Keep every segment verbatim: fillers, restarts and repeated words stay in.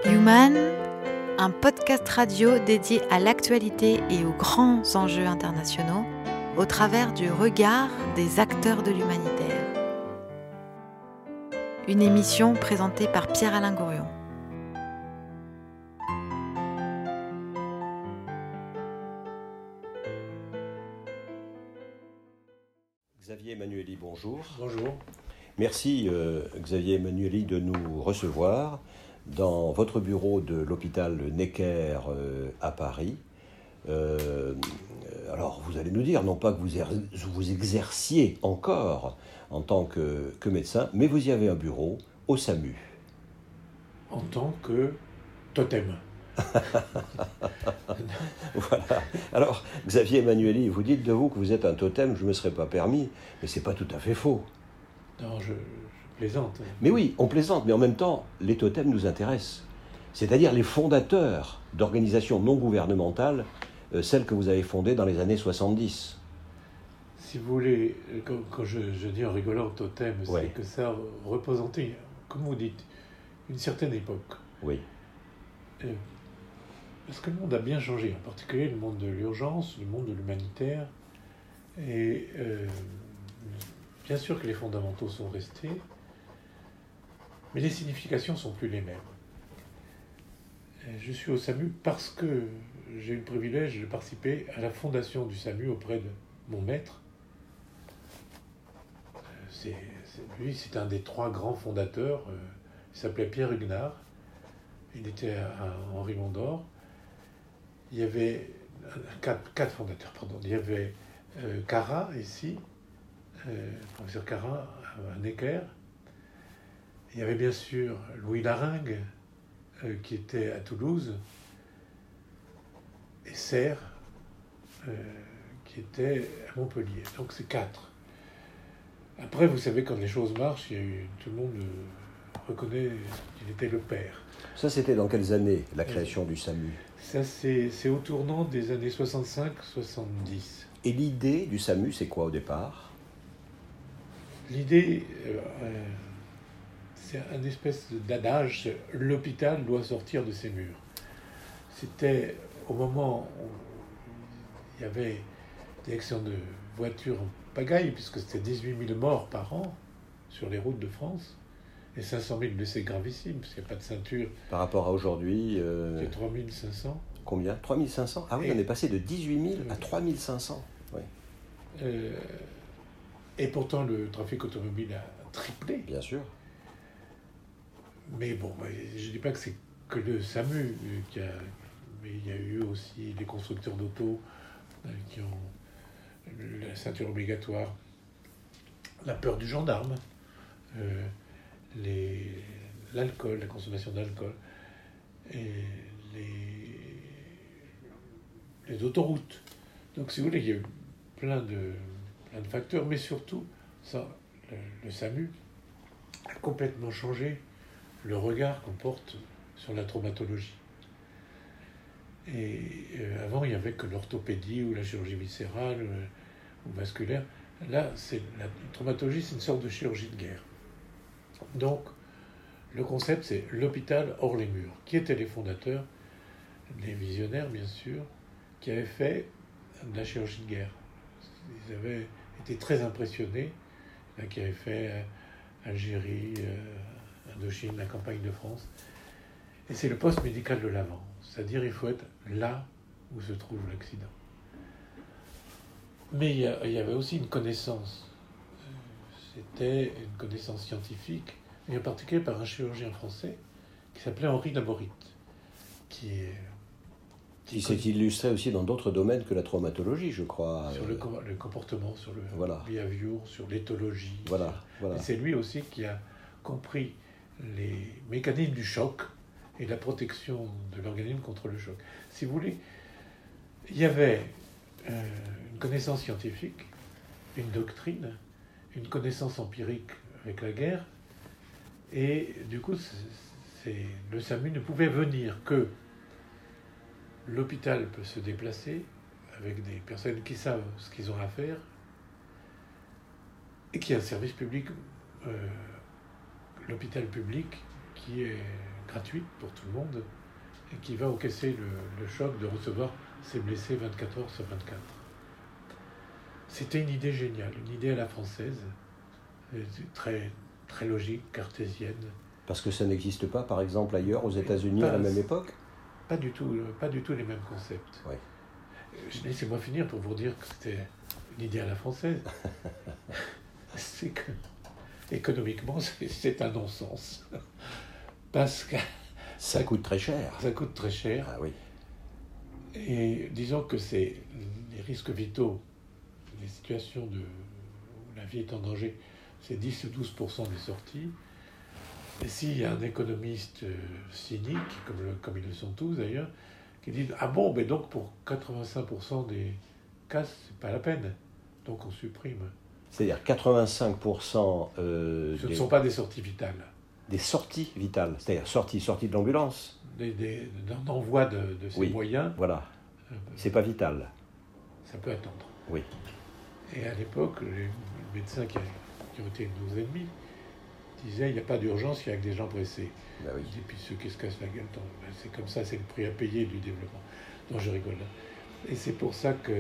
Human, un podcast radio dédié à l'actualité et aux grands enjeux internationaux au travers du regard des acteurs de l'humanitaire. Une émission présentée par Pierre-Alain Gourion. Xavier Emmanuelli, bonjour. Bonjour. Merci euh, Xavier Emmanuelli de nous recevoir dans votre bureau de l'hôpital Necker euh, à Paris. Euh, alors vous allez nous dire, non pas que vous, er- vous exerciez encore en tant que, que médecin, mais vous y avez un bureau au SAMU. En tant que totem. Voilà. Alors Xavier Emmanuelli, vous dites de vous que vous êtes un totem, je ne me serais pas permis, mais c'est pas tout à fait faux. Non, je, je plaisante. Mais oui, on plaisante, mais en même temps, les totems nous intéressent. C'est-à-dire les fondateurs d'organisations non gouvernementales, euh, celles que vous avez fondées dans les années soixante-dix. Si vous voulez, quand, quand je, je dis en rigolant totem, c'est Ouais. que ça représentait, comme vous dites, une certaine époque. Oui, Euh, parce que le monde a bien changé, en particulier le monde de l'urgence, le monde de l'humanitaire. Et euh, bien sûr que les fondamentaux sont restés, mais les significations ne sont plus les mêmes. Je suis au SAMU parce que j'ai eu le privilège de participer à la fondation du SAMU auprès de mon maître. C'est, c'est, lui, c'est un des trois grands fondateurs. Il s'appelait Pierre Huguenard. Il était à Henri Mondor. Il y avait quatre, quatre fondateurs, pardon. Il y avait euh, Cara ici, euh, professeur Cara à Necker. Il y avait bien sûr Louis Laringue, euh, qui était à Toulouse, et Serre, euh, qui était à Montpellier. Donc c'est quatre. Après, vous savez, quand les choses marchent, il y a eu, tout le monde euh, reconnaît qu'il était le père. ça c'était dans quelles années, la création du SAMU? Ça, c'est, c'est au tournant des années soixante-cinq soixante-dix. Et l'idée du SAMU, c'est quoi au départ? L'idée, euh, euh, c'est un espèce d'adage, c'est l'hôpital doit sortir de ses murs. C'était au moment où il y avait des accidents de voitures en pagaille, puisque c'était dix-huit mille morts par an sur les routes de France, et cinq cent mille blessés gravissimes, parce qu'il n'y a pas de ceinture, Par rapport à aujourd'hui, euh, c'est trois mille cinq cents. combien? trois mille cinq cents? Ah oui, Et- on est passé de dix-huit mille à trois mille cinq cents. Oui, Euh, et pourtant, le trafic automobile a triplé. bien sûr. Mais bon, je ne dis pas que c'est que le SAMU qui a... Mais il y a eu aussi les constructeurs d'auto euh, qui ont la ceinture obligatoire, la peur du gendarme, euh, les... l'alcool, la consommation d'alcool, et les... les autoroutes. Donc, si vous voulez, il y a eu plein de, plein de facteurs, mais surtout, ça, le, le SAMU a complètement changé le regard qu'on porte sur la traumatologie. Et euh, avant, il n'y avait que l'orthopédie ou la chirurgie viscérale euh, ou vasculaire. Là, c'est, la traumatologie, c'est une sorte de chirurgie de guerre. Donc, le concept, c'est l'hôpital hors les murs. Qui étaient les fondateurs? Les visionnaires, bien sûr, qui avaient fait de la chirurgie de guerre. Ils avaient été très impressionnés, là, qui avaient fait euh, Algérie, euh, Indochine, la campagne de France. Et c'est le poste médical de l'avant. C'est-à-dire il faut être là où se trouve l'accident. Mais il y, a, il y avait aussi une connaissance. C'était une connaissance scientifique, et en particulier par un chirurgien français qui s'appelait Henri Laborit, qui est... Qui s'est illustré aussi dans d'autres domaines que la traumatologie, je crois. Sur le, com- le comportement, sur le Voilà. behavior, sur l'éthologie. Voilà, voilà. Et c'est lui aussi qui a compris les mécanismes du choc et la protection de l'organisme contre le choc. Si vous voulez, il y avait euh, une connaissance scientifique, une doctrine, une connaissance empirique avec la guerre, et du coup, c'est, c'est, le SAMU ne pouvait venir que l'hôpital peut se déplacer avec des personnes qui savent ce qu'ils ont à faire et qui a un service public, euh, l'hôpital public, qui est gratuite pour tout le monde, et qui va encaisser le, le choc de recevoir ses blessés vingt-quatre heures sur vingt-quatre. C'était une idée géniale, une idée à la française, très, très logique, cartésienne. Parce que ça n'existe pas, par exemple, ailleurs, aux États-Unis, pas, à la même époque? Pas du tout, pas du tout les mêmes concepts. Oui. Laissez-moi finir pour vous dire que c'était une idée à la française. C'est que, économiquement, c'est, c'est un non-sens. Parce que... Ça, ça coûte très cher. Ça coûte très cher. Ah oui. Et disons que c'est les risques vitaux, les situations de, où la vie est en danger, c'est dix ou douze pour cent des sorties. Et s'il y a un économiste cynique, comme, le, comme ils le sont tous d'ailleurs, qui dit « Ah bon, mais donc pour quatre-vingt-cinq pour cent des cas, c'est pas la peine. Donc on supprime. » C'est-à-dire quatre-vingt-cinq pour cent... Euh, Ce des... ne sont pas des sorties vitales. Des sorties vitales, c'est-à-dire sorties, sorties de l'ambulance. Des, des, d'un envoi de, de ces oui, moyens. Voilà. Euh, c'est pas vital. Ça peut attendre. Oui. Et à l'époque, les médecins qui, a, qui ont été nos ennemis disaient il n'y a pas d'urgence, il n'y a que des gens pressés. Ben oui. Et puis ceux qui se cassent la gueule, ben c'est comme ça, c'est le prix à payer du développement. Non, je rigole. Et c'est pour ça que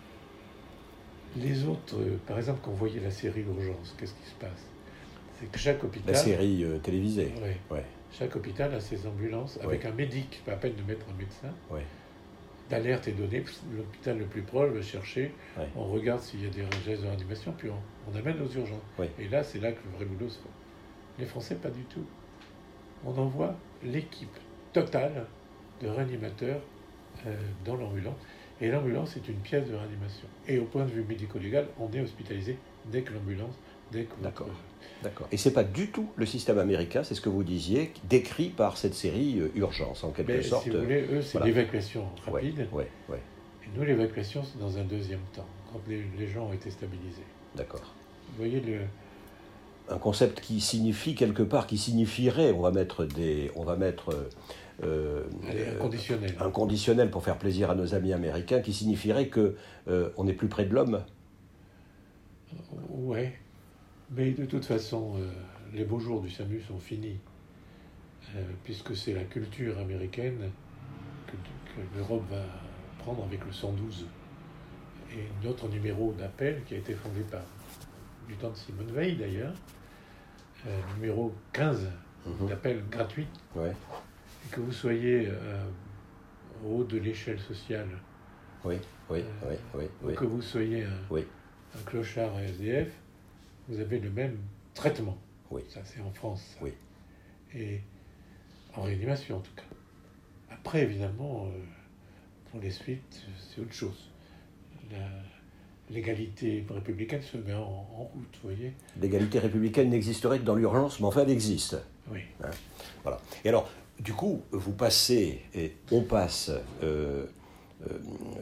les autres, euh, par exemple, quand vous voyez la série Urgence, qu'est-ce qui se passe? C'est que chaque hôpital... La série euh, télévisée. Ouais, ouais. Chaque hôpital a ses ambulances avec ouais. un médic, pas à peine de mettre un médecin. Ouais. L'alerte est donnée, l'hôpital le plus proche va chercher, ouais. on regarde s'il y a des gestes de réanimation, puis on, on amène aux urgences. Ouais. Et là, c'est là que le vrai boulot se fait. Les Français, pas du tout. On envoie l'équipe totale de réanimateurs euh, dans l'ambulance. Et l'ambulance est une pièce de réanimation. Et au point de vue médico-légal, on est hospitalisé dès que l'ambulance, dès que... D'accord. D'accord. Et c'est pas du tout le système américain, c'est ce que vous disiez, décrit par cette série euh, Urgence, en quelque Mais, sorte. Si vous voulez, eux, c'est voilà. l'évacuation rapide. Ouais, ouais, ouais. Et nous, l'évacuation, c'est dans un deuxième temps, quand les, les gens ont été stabilisés. D'accord. Vous voyez le... Un concept qui signifie quelque part, qui signifierait, on va mettre des... On va mettre, euh, Allez, un conditionnel. Un conditionnel pour faire plaisir à nos amis américains, qui signifierait qu'on euh, n'est plus près de l'homme. Ouais. Mais de toute façon, euh, les beaux jours du SAMU sont finis, euh, puisque c'est la culture américaine que, que l'Europe va prendre avec le cent douze. Et notre numéro d'appel, qui a été fondé par, du temps de Simone Veil d'ailleurs, euh, numéro quinze, mmh. d'appel gratuit, ouais. et que vous soyez euh, au haut de l'échelle sociale, oui, oui, euh, oui, oui, ou oui. que vous soyez un, oui. un clochard à S D F, vous avez le même traitement. Oui. Ça, c'est en France. Ça. Oui. Et en réanimation, en tout cas. Après, évidemment, euh, pour les suites, c'est autre chose. La, l'égalité républicaine se met en, en route, vous voyez. L'égalité républicaine n'existerait que dans l'urgence, mais enfin, elle existe. Oui. Hein, voilà. Et alors, du coup, vous passez, et on passe... Euh, Euh,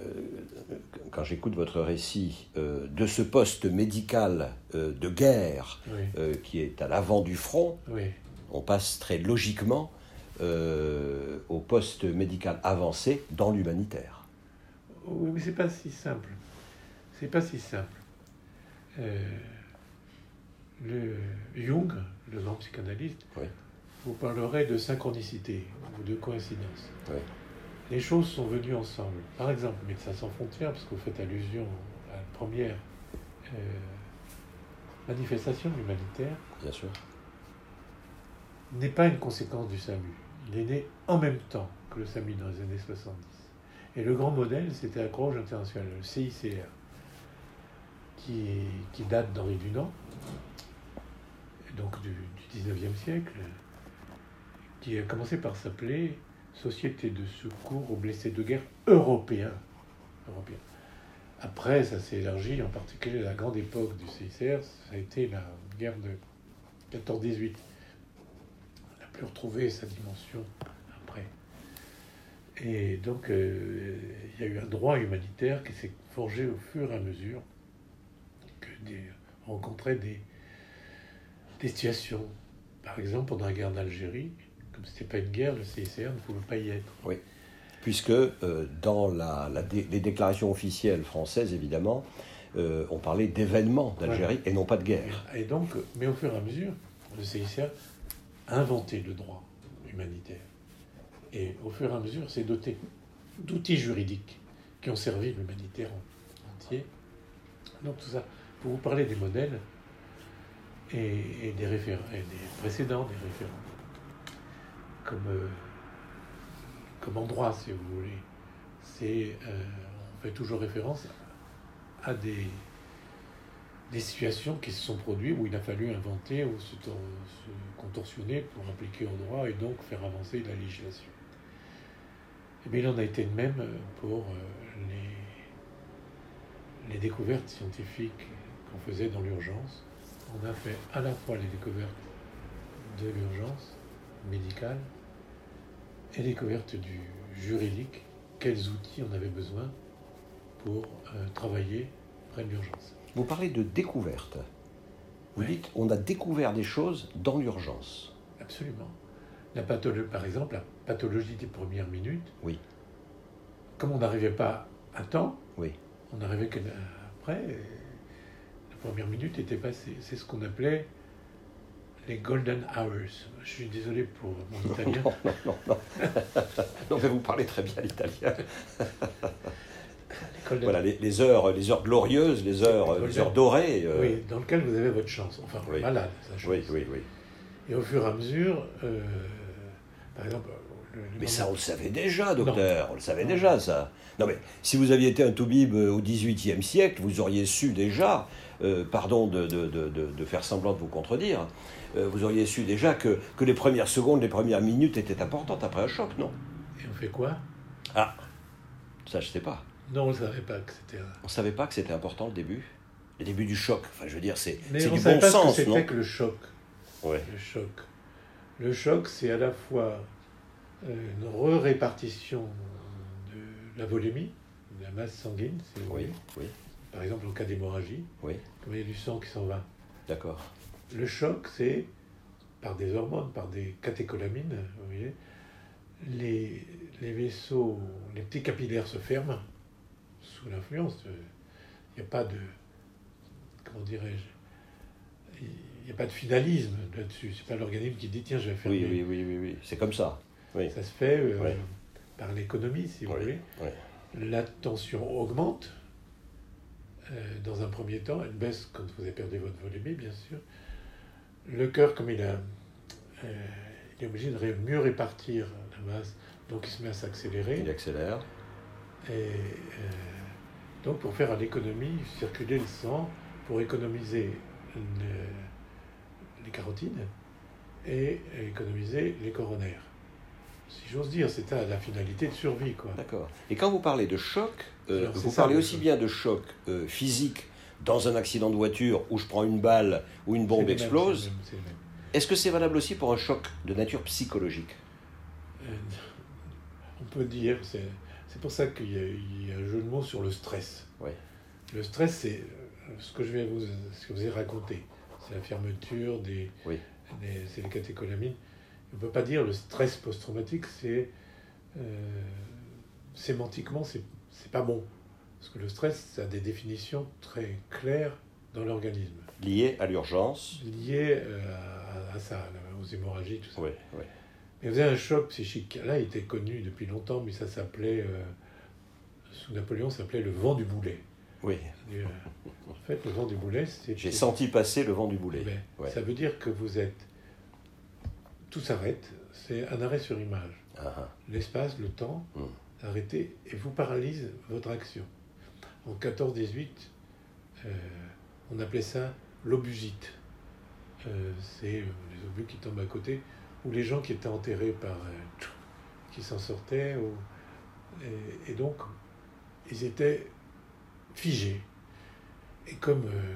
quand j'écoute votre récit euh, de ce poste médical euh, de guerre oui. euh, qui est à l'avant du front, oui. on passe très logiquement euh, au poste médical avancé dans l'humanitaire. Oui, mais c'est pas si simple. C'est pas si simple. Euh, le Jung, le grand psychanalyste, oui. vous parlerait de synchronicité ou de coïncidence. Oui. Les choses sont venues ensemble. Par exemple, Médecins sans frontières, parce que vous faites allusion à la première euh, manifestation humanitaire, bien sûr, n'est pas une conséquence du SAMU. Il est né en même temps que le SAMU dans les années soixante-dix. Et le grand modèle, c'était la Croix-Rouge internationale, le C I C R, qui, qui date d'Henri Dunant, donc du, du dix-neuvième siècle, qui a commencé par s'appeler Société de secours aux blessés de guerre européens. Européen. Après, ça s'est élargi, en particulier à la grande époque du C I C R, ça a été la guerre de quatorze dix-huit. On n'a plus retrouvé sa dimension après. Et donc, euh, il y a eu un droit humanitaire qui s'est forgé au fur et à mesure que des, on rencontrait des, des situations. Par exemple, pendant la guerre d'Algérie, comme ce n'était pas une guerre, le C I C R ne pouvait pas y être. Oui, puisque euh, dans la, la dé, les déclarations officielles françaises, évidemment, euh, on parlait d'événements d'Algérie ouais. et non pas de guerre. Et donc, mais au fur et à mesure, le C I C R a inventé le droit humanitaire. Et au fur et à mesure, c'est doté d'outils juridiques qui ont servi l'humanitaire entier. Donc tout ça, pour vous parler des modèles et, et des référents, et des précédents, des référents, comme, euh, comme endroit, si vous voulez. C'est, euh, on fait toujours référence à des, des situations qui se sont produites où il a fallu inventer ou se, se contorsionner pour appliquer au droit et donc faire avancer la législation. Et bien, il en a été de même pour les, les découvertes scientifiques qu'on faisait dans l'urgence. On a fait à la fois les découvertes de l'urgence médicale et les découvertes du juridique. Quels outils on avait besoin pour euh, travailler près de l'urgence. Vous parlez de découverte. Vous oui. dites, on a découvert des choses dans l'urgence. Absolument. La pathologie, par exemple, la pathologie des premières minutes. Oui. Comme on n'arrivait pas à temps, oui. on arrivait qu'après, la première minute était passée. C'est ce qu'on appelait les golden hours. Je suis désolé pour mon italien. non, non, non, non. non, mais vous parlez très bien l'italien. Les voilà, les, les, heures, les heures glorieuses, les heures, les, les heures dorées. Euh... Oui, dans lesquelles vous avez votre chance. Enfin, oui. malade, sa chance. Oui, oui, oui. Et au fur et à mesure, euh, par exemple... Le, le mais moment... ça, on le savait déjà, docteur. Non. On le savait non. déjà, ça. Non, mais si vous aviez été un toubib au dix-huitième siècle, vous auriez su déjà, euh, pardon de, de, de, de, de faire semblant de vous contredire, euh, vous auriez su déjà que, que les premières secondes, les premières minutes étaient importantes après un choc, non? Et on fait quoi? Ah, ça, je ne sais pas. Non, on ne savait pas que c'était... On ne savait pas que c'était important, le début? Le début du choc, enfin, je veux dire, c'est, mais c'est on du savait bon pas sens, ce que non? c'était que le choc. Ouais. Le choc. Le choc, c'est à la fois une re-répartition de la volémie, de la masse sanguine, si vous oui, voulez. Oui. Par exemple, en cas d'hémorragie, oui. Comme il y a du sang qui s'en va. D'accord. Le choc, c'est par des hormones, par des catécholamines, vous voyez, les, les vaisseaux, les petits capillaires se ferment sous l'influence. Il n'y a pas de, comment dirais-je, il n'y a pas de finalisme là-dessus. C'est pas l'organisme qui dit tiens, je vais faire. Oui, oui, oui, oui, oui, c'est comme ça. Oui. Ça se fait euh, oui. par l'économie, si vous oui. voulez. Oui. La tension augmente. Euh, dans un premier temps, elle baisse quand vous avez perdu votre volémie, bien sûr. Le cœur, comme il a, euh, il est obligé de ré- mieux répartir la masse, donc il se met à s'accélérer. Il accélère. Et euh, donc pour faire à l'économie, circuler le sang, pour économiser le, les carotides et économiser les coronaires. Si j'ose dire, c'est à la finalité de survie, quoi. D'accord. Et quand vous parlez de choc, euh, Alors, vous ça, parlez aussi bien de choc euh, physique dans un accident de voiture où je prends une balle ou une bombe c'est explose. même, c'est même, c'est même. Est-ce que c'est valable aussi pour un choc de nature psychologique? euh, On peut dire, c'est, c'est pour ça qu'il y a, il y a un jeu de mots sur le stress. Oui. Le stress, c'est ce que je vais vous, ce que vous ai raconté. C'est la fermeture des, oui. des c'est les catécholamines. On ne peut pas dire le stress post-traumatique, c'est euh, sémantiquement, c'est, c'est pas bon. Parce que le stress, ça a des définitions très claires dans l'organisme. Lié à l'urgence. Lié euh, à, à ça, aux hémorragies, tout ça. Oui, oui. Mais vous avez un choc psychique. Là, il était connu depuis longtemps, mais ça s'appelait, euh, sous Napoléon, ça s'appelait le vent du boulet. Oui. Et, euh, en fait, le vent du boulet, c'est... J'ai senti passer le vent du boulet. Ben, ouais. Ça veut dire que vous êtes... Tout s'arrête, c'est un arrêt sur image. Ah. L'espace, le temps, mm. arrêté, et vous paralyse votre action. En quatorze dix-huit, euh, on appelait ça l'obusite. Euh, c'est euh, les obus qui tombent à côté, ou les gens qui étaient enterrés par... Euh, qui s'en sortaient, ou, et, et donc, ils étaient figés. Et comme... Euh,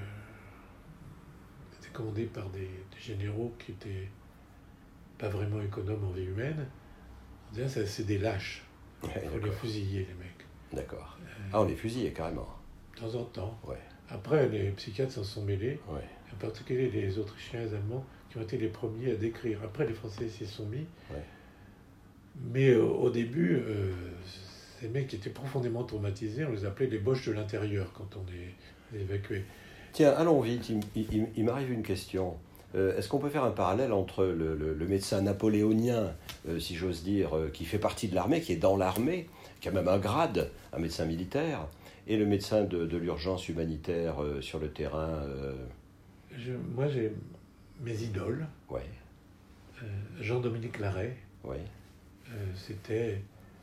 c'était commandé par des, des généraux qui étaient pas vraiment économes en vie humaine, on disait, ça, c'est des lâches. Il ouais, faut les fusiller, les mecs. D'accord. Euh, ah, on les fusillait carrément. De temps en temps. Ouais. Après, les psychiatres s'en sont mêlés, ouais. en particulier les Autrichiens et les Allemands, qui ont été les premiers à décrire. Après, les Français s'y sont mis. Ouais. Mais euh, au début, euh, ces mecs qui étaient profondément traumatisés, on les appelait les boches de l'intérieur quand on les, les évacuait. Tiens, allons vite, il, il, il m'arrive une question. Euh, est-ce qu'on peut faire un parallèle entre le, le, le médecin napoléonien, euh, si j'ose dire, euh, qui fait partie de l'armée, qui est dans l'armée, qui a même un grade, un médecin militaire, et le médecin de, de l'urgence humanitaire euh, sur le terrain euh... Je, Moi, j'ai mes idoles. Ouais. Euh, Jean-Dominique Larrey. Ouais. Euh, c'était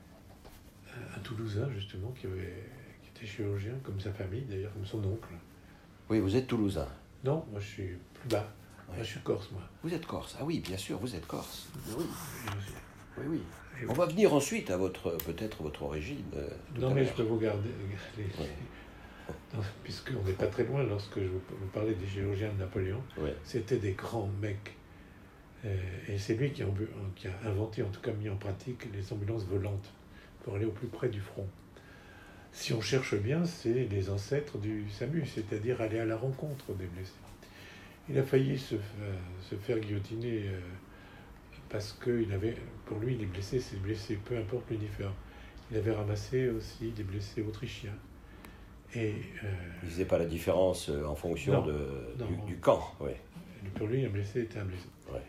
un Toulousain, justement, qui, avait, qui était chirurgien, comme sa famille, d'ailleurs, comme son oncle. Oui, vous êtes toulousain. Non, moi, je suis plus bas. Ouais. Moi, je suis corse, moi. Vous êtes corse. Ah oui, bien sûr, vous êtes corse. Oui, oui, oui. Et On va venir ensuite à votre, peut-être votre origine. Euh, non, mais je peux vous garder, les, ouais. non, puisqu'on n'est pas très loin, lorsque je vous, vous parlais des chirurgiens de Napoléon, ouais. C'était des grands mecs. Euh, et c'est lui qui a, qui a inventé, en tout cas mis en pratique, les ambulances volantes pour aller au plus près du front. Si on cherche bien, c'est les ancêtres du SAMU, c'est-à-dire aller à la rencontre des blessés. Il a failli se, se faire guillotiner euh, parce que il avait, pour lui, les blessés, c'est des blessés, peu importe l'uniforme. Il avait ramassé aussi des blessés autrichiens. Et, euh, il ne faisait pas la différence en fonction non, de, non, du, du camp. Ouais. Pour lui, un blessé était un blessé. Ouais.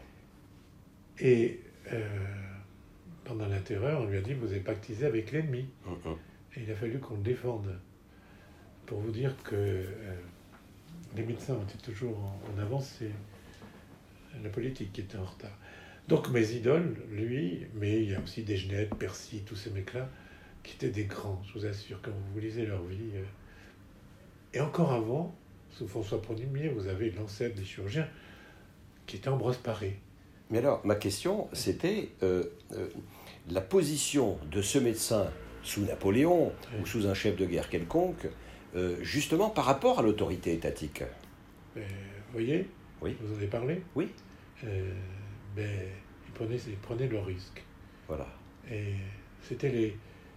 Et euh, pendant la terreur, on lui a dit, vous avez pactisé avec l'ennemi. Mm-hmm. Et il a fallu qu'on le défende. Pour vous dire que euh, les médecins ont été toujours en, en avance, c'est la politique qui était en retard. Donc mes idoles, lui, mais il y a aussi Desgenettes, Percy, tous ces mecs-là, qui étaient des grands, je vous assure, quand vous lisez leur vie. Euh... Et encore avant, sous François Ier, vous avez l'ancêtre des chirurgiens, qui était Ambroise Paré. Mais alors, ma question, c'était euh, euh, la position de ce médecin sous Napoléon, oui. ou sous un chef de guerre quelconque, euh, justement par rapport à l'autorité étatique. Vous voyez, oui. Vous en avez parlé. Oui. Euh, ben, ils prenaient, ils prenaient le risque. Voilà. Et c'était les,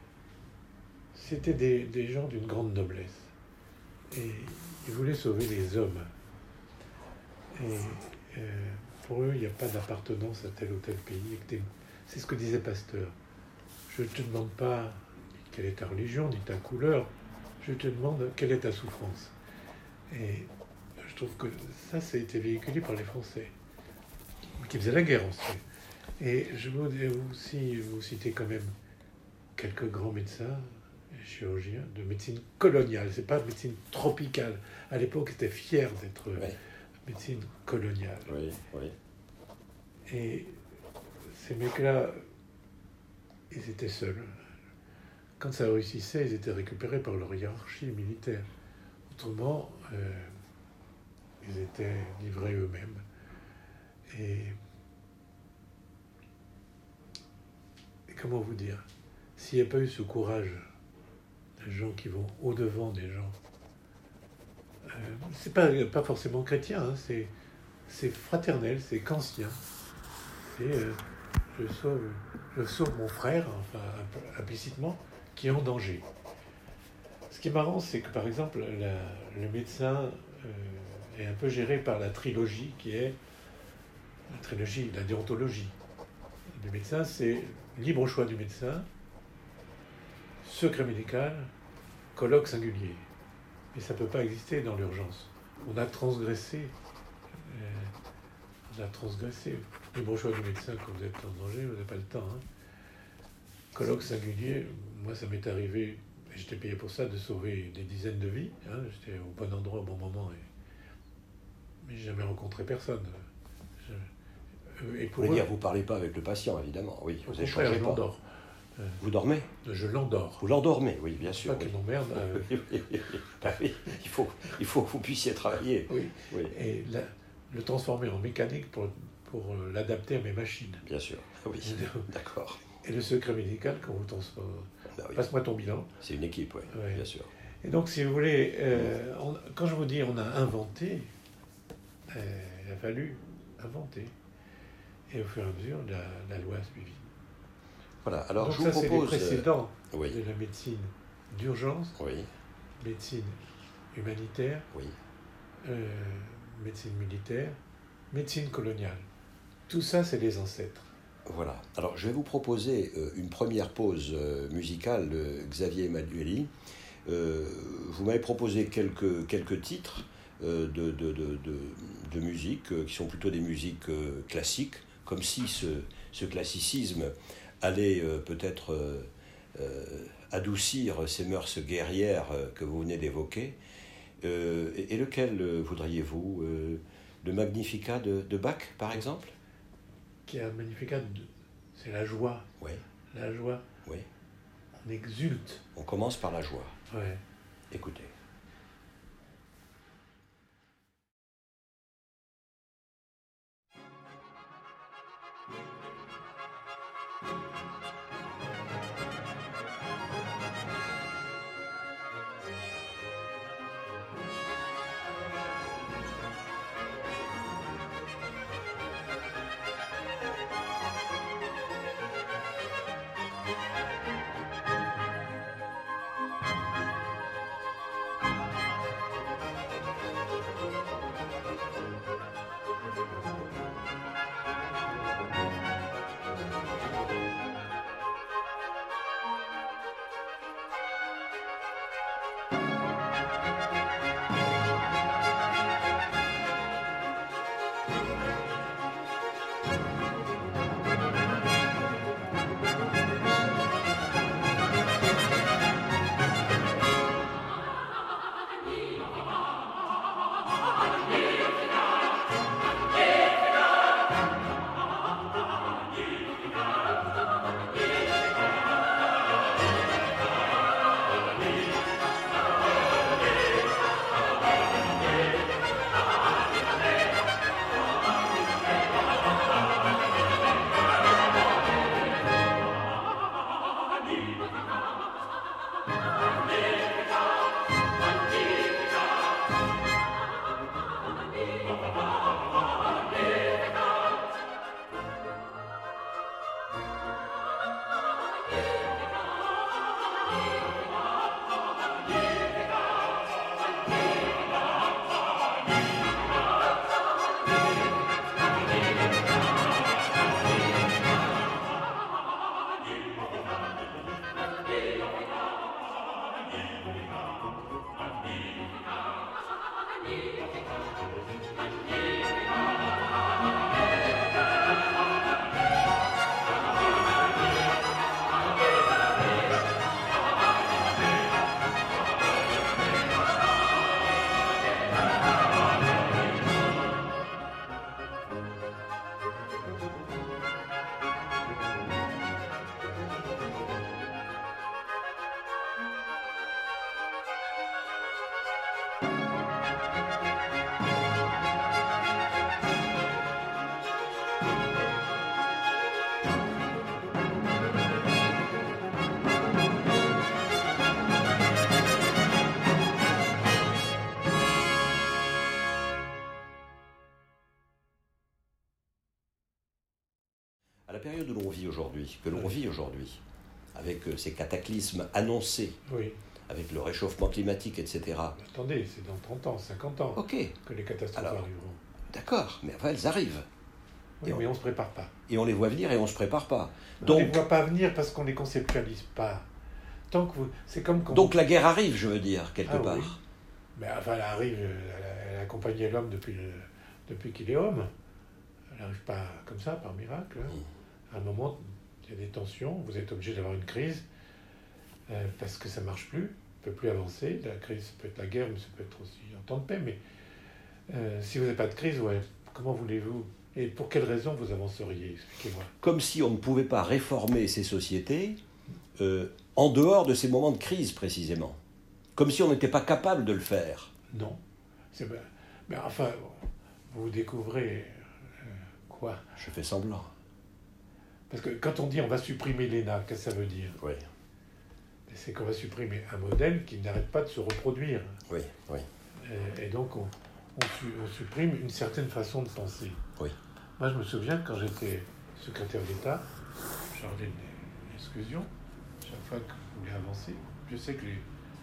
c'était des, des gens d'une grande noblesse. Et ils voulaient sauver les hommes. Et euh, pour eux, il n'y a pas d'appartenance à tel ou tel pays. C'est ce que disait Pasteur. Je ne te demande pas quelle est ta religion, ni ta couleur. Je te demande quelle est ta souffrance. Et je trouve que ça, ça a été véhiculé par les Français, qui faisaient la guerre ensuite. Et je voudrais aussi vous citer quand même quelques grands médecins, chirurgiens, de médecine coloniale. C'est pas médecine tropicale. À l'époque, ils étaient fiers d'être oui. médecine coloniale. Oui, oui. Et ces mecs-là, ils étaient seuls. Quand ça réussissait, ils étaient récupérés par leur hiérarchie militaire. Autrement, euh, ils étaient livrés eux-mêmes. Et, et comment vous dire, s'il n'y a pas eu ce courage des gens qui vont au-devant des gens, euh, c'est pas, pas forcément chrétien, hein, c'est, c'est fraternel, c'est kantien. C'est euh, je, sauve, je sauve mon frère, enfin implicitement, qui est en danger. Ce qui est marrant, c'est que par exemple, la, le médecin euh, est un peu géré par la trilogie qui est la trilogie, la déontologie. Le médecin, c'est libre choix du médecin, secret médical, colloque singulier. Mais ça ne peut pas exister dans l'urgence. On a transgressé. Euh, on a transgressé. Libre choix du médecin, quand vous êtes en danger, vous n'avez pas le temps. Hein. Colloque singulier, moi ça m'est arrivé, j'étais payé pour ça, de sauver des dizaines de vies. Hein. J'étais au bon endroit au bon moment. Et... Mais j'ai jamais rencontré personne. Je... Et pour vous, eux, dire, vous ne parlez pas avec le patient, évidemment. Oui, vous échangez pas. L'endors. Vous dormez ? Je l'endors. Vous l'endormez, oui, bien sûr. Pas oui. qu'il m'emmerde. Euh... oui, oui, oui. Ben oui, il faut, il faut que vous puissiez travailler. Oui. oui. Et la, le transformer en mécanique pour, pour euh, l'adapter à mes machines. Bien sûr, oui, d'accord. Et le secret médical, quand vous transformez... Ben oui. Passe-moi ton bilan. C'est une équipe, oui, ouais. Bien sûr. Et donc, si vous voulez, euh, on, quand je vous dis on a inventé, euh, il a fallu inventer. Et au fur et à mesure, la, la loi a suivi. Voilà, alors donc je ça, vous propose... c'est les précédents euh, oui. de la médecine d'urgence, oui. médecine humanitaire, oui. euh, médecine militaire, médecine coloniale. Tout ça, c'est les ancêtres. Voilà. Alors, je vais vous proposer euh, une première pause euh, musicale de Xavier Emanueli. Euh, vous m'avez proposé quelques, quelques titres. euh, de, de, de, de, de musique, euh, qui sont plutôt des musiques euh, classiques, comme si ce, ce classicisme allait euh, peut-être euh, euh, adoucir ces mœurs guerrières euh, que vous venez d'évoquer. Euh, et, et lequel euh, voudriez-vous euh, le Magnificat de, de Bach, par exemple? Qui est un Magnificat, de... c'est la joie. Oui. La joie. Oui. On exulte. On commence par la joie. Ouais. Écoutez. À la période où l'on vit aujourd'hui, que l'on vit aujourd'hui, avec euh, ces cataclysmes annoncés, Oui. avec le réchauffement climatique, et cetera. Attendez, c'est dans trente ans, cinquante ans Ok, que les catastrophes Alors, arriveront. d'accord, mais enfin elles arrivent. Oui, Et on- mais on ne se prépare pas. Et on les voit venir et on ne se prépare pas. On ne les Donc, voit pas venir parce qu'on ne les conceptualise pas. Tant que vous... C'est comme quand donc la guerre arrive, je veux dire, quelque Ah oui. part. Mais enfin, elle arrive, elle a, elle a accompagné l'homme depuis, le- depuis qu'il est homme. Elle n'arrive pas comme ça, par miracle. hein. À un moment, il y a des tensions, vous êtes obligé d'avoir une crise, euh, parce que ça ne marche plus, on ne peut plus avancer. La crise, ça peut être la guerre, mais ça peut être aussi un temps de paix. Mais euh, si vous n'avez pas de crise, ouais, comment voulez-vous? Et pour quelles raisons vous avanceriez? Expliquez-moi. Comme si on ne pouvait pas réformer ces sociétés euh, en dehors de ces moments de crise, précisément. Comme si on n'était pas capable de le faire. Non. C'est, ben, mais enfin, vous découvrez euh, quoi? Je fais semblant. Parce que quand on dit on va supprimer l'E N A, qu'est-ce que ça veut dire? Oui, C'est qu'on va supprimer un modèle qui n'arrête pas de se reproduire. oui, oui. Et, et donc, on, on, su- on supprime une certaine façon de penser. Oui. Moi, je me souviens quand j'étais secrétaire d'État, chargé de l'exclusion, chaque fois que je voulais avancer, je sais que les,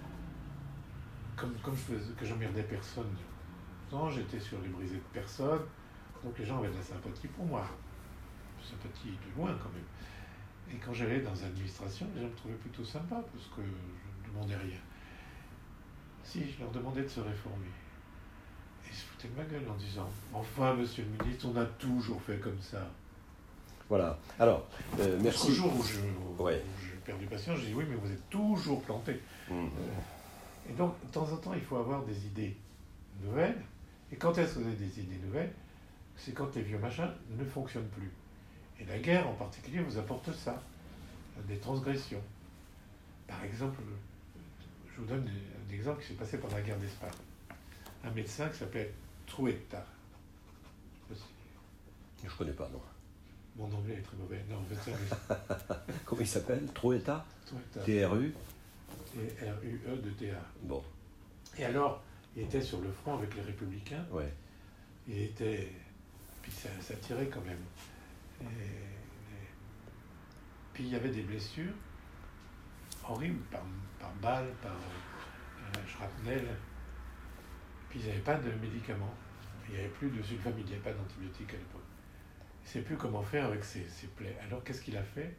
comme, comme je faisais, que j'emmerdais personne, non, j'étais sur les brisées de personne, donc les gens avaient de la sympathie pour moi. Sympathie de loin quand même. Et quand j'allais dans l'administration, les gens me trouvaient plutôt sympa parce que je ne demandais rien. Si, je leur demandais de se réformer. il se foutait de ma gueule en disant « Enfin, monsieur le ministre, on a toujours fait comme ça. » Voilà. Alors, euh, merci. Jusqu'au jour où je, où, ouais. où j'ai perdu patience, je dis « Oui, mais vous êtes toujours planté. Mmh. » euh, Et donc, de temps en temps, il faut avoir des idées nouvelles. Et quand est-ce que vous avez des idées nouvelles? C'est quand les vieux machins ne fonctionnent plus. Et la guerre, en particulier, vous apporte ça, des transgressions. Par exemple, je vous donne un exemple qui s'est passé pendant la guerre d'Espagne. Un médecin qui s'appelait Trueta. Je ne connais pas, non. Mon anglais est très mauvais. Non, en fait, ça, comment il s'appelle? Trueta? Trueta. T R U? T R U E de T A. Bon. Et alors, il était sur le front avec les Républicains. Ouais. Il était... Puis ça, ça tirait quand même. Et... Et... Puis il y avait des blessures horribles, par, par balle, par euh, shrapnel. Puis ils n'avaient pas de médicaments. Il n'y avait plus de sulfamide, il n'y avait pas d'antibiotiques à l'époque. Il ne sait plus comment faire avec ses, ses plaies. Alors qu'est-ce qu'il a fait?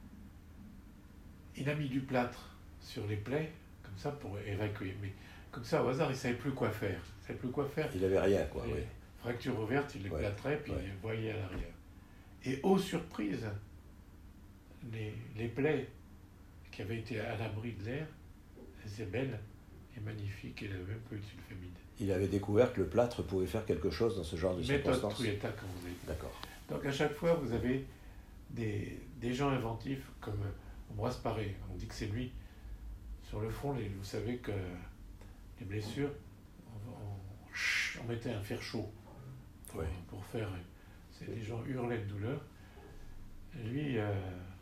Il a mis du plâtre sur les plaies, comme ça, pour évacuer. Mais comme ça, au hasard, il ne savait plus quoi faire. Il ne savait plus quoi faire. Il n'avait rien, quoi, oui. Fracture ouverte, il les ouais. plâtrait, puis ouais. il les voyait à l'arrière. Et aux surprises, les, les plaies qui avaient été à l'abri de l'air, elles étaient belles et magnifiques, et il n'avait même pas eu de sulfamide. Il avait découvert que le plâtre pouvait faire quelque chose dans ce genre de Méthode circonstances. Trueta, comme vous avez dit. D'accord. Donc à chaque fois, vous avez des, des gens inventifs, comme Ambroise Paré. On dit que c'est lui. Sur le front, les, vous savez que les blessures, on, on, on mettait un fer chaud pour, ouais. pour faire... C'est, les gens hurlaient de douleur. Lui, euh,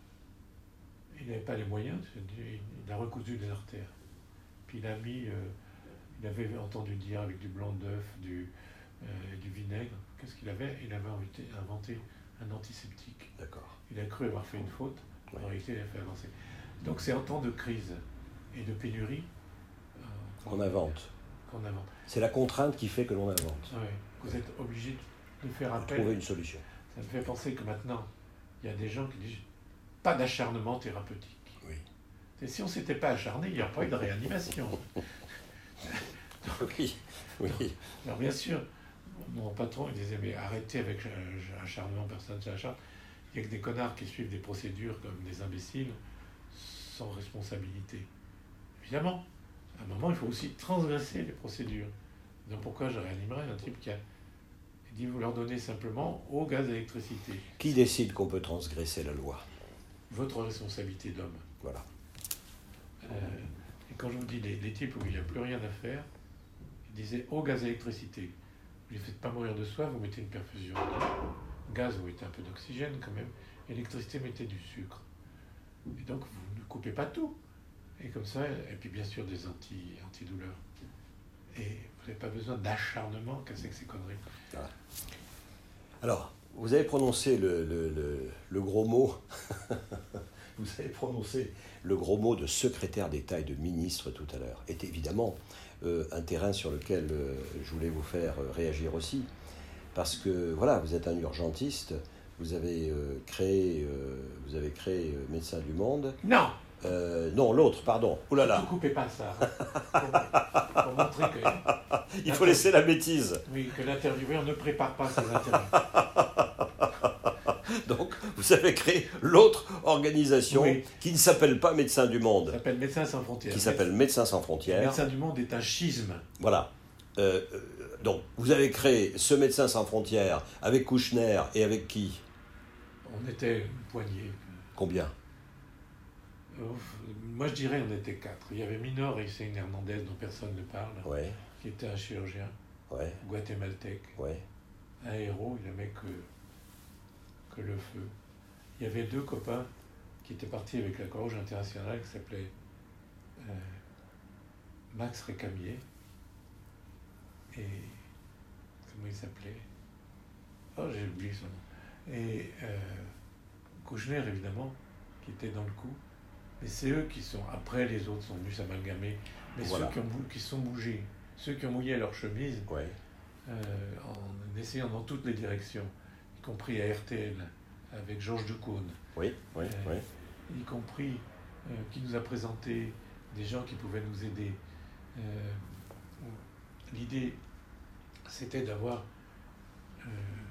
il n'avait pas les moyens, il a recousu des artères. Puis il a mis... Euh, il avait entendu dire avec du blanc d'œuf, du, euh, du vinaigre. Qu'est-ce qu'il avait? Il avait inventé, inventé un antiseptique. D'accord. Il a cru avoir fait une faute. Ouais. En réalité, il a fait avancer. Donc c'est en temps de crise et de pénurie euh, qu'on invente. Qu'on invente. C'est la contrainte qui fait que l'on invente. Ouais. Vous êtes obligé de faire appel. Trouver une solution. Ça me fait penser que maintenant, il y a des gens qui disent pas d'acharnement thérapeutique. Oui. Et si on ne s'était pas acharné, il n'y aurait pas eu de réanimation. oui, oui. Alors bien sûr, mon patron il disait mais arrêtez avec l'acharnement, personne ne s'acharne. Il n'y a que des connards qui suivent des procédures comme des imbéciles sans responsabilité. Évidemment, à un moment il faut aussi transgresser les procédures. Donc pourquoi je réanimerais un type qui a dit vous leur donnez simplement eau, gaz, électricité. Qui décide qu'on peut transgresser la loi? Votre responsabilité d'homme. Voilà. Euh, et quand je vous dis les, les types où il n'y a plus rien à faire, ils disaient eau, gaz, électricité. Vous ne les faites pas mourir de soif, vous mettez une perfusion. Gaz, vous mettez un peu d'oxygène quand même. Électricité, mettez du sucre. Et donc vous ne coupez pas tout. Et comme ça, et puis bien sûr des anti, antidouleurs. Et vous n'avez pas besoin d'acharnement, qu'est-ce que c'est que ces conneries? Voilà. Alors, vous avez prononcé le, le, le, le gros mot, vous avez prononcé le gros mot de secrétaire d'État et de ministre tout à l'heure. est évidemment euh, un terrain sur lequel euh, je voulais vous faire euh, réagir aussi. Parce que, voilà, vous êtes un urgentiste, vous avez euh, créé, euh, vous avez créé euh, Médecins du Monde. Non Euh, non, l'autre, pardon. Ouh là là. Ne coupez pas ça. Pour, pour montrer que... Il faut laisser la bêtise. Oui, que l'intervieweur ne prépare pas ses interviews. Donc, vous avez créé l'autre organisation oui. qui ne s'appelle pas Médecins du Monde. Qui s'appelle Médecins sans frontières. Qui s'appelle Médecins sans frontières. Médecins du Monde est un schisme. Voilà. Euh, donc, vous avez créé ce Médecins sans frontières avec Kouchner et avec qui? On était une poignée. Combien? Moi, je dirais on était quatre. Il y avait Minor et Hussein Hernandez, dont personne ne parle, ouais. qui était un chirurgien ouais. guatémaltèque, ouais. un héros, il n'aimait que, que le feu. Il y avait deux copains qui étaient partis avec la Croix-Rouge internationale qui s'appelaient euh, Max Récamier et... comment il s'appelait? Oh, j'ai oublié son nom. Et euh, Kouchner, évidemment, qui était dans le coup. Mais c'est eux qui sont, après les autres sont venus s'amalgamer, mais voilà. Ceux qui, ont, qui sont bougés, ceux qui ont mouillé leur chemise, ouais. euh, en essayant dans toutes les directions, y compris à R T L, avec Georges Decaune, oui, oui, euh, oui. y compris euh, qui nous a présenté des gens qui pouvaient nous aider. Euh, l'idée, c'était d'avoir, euh,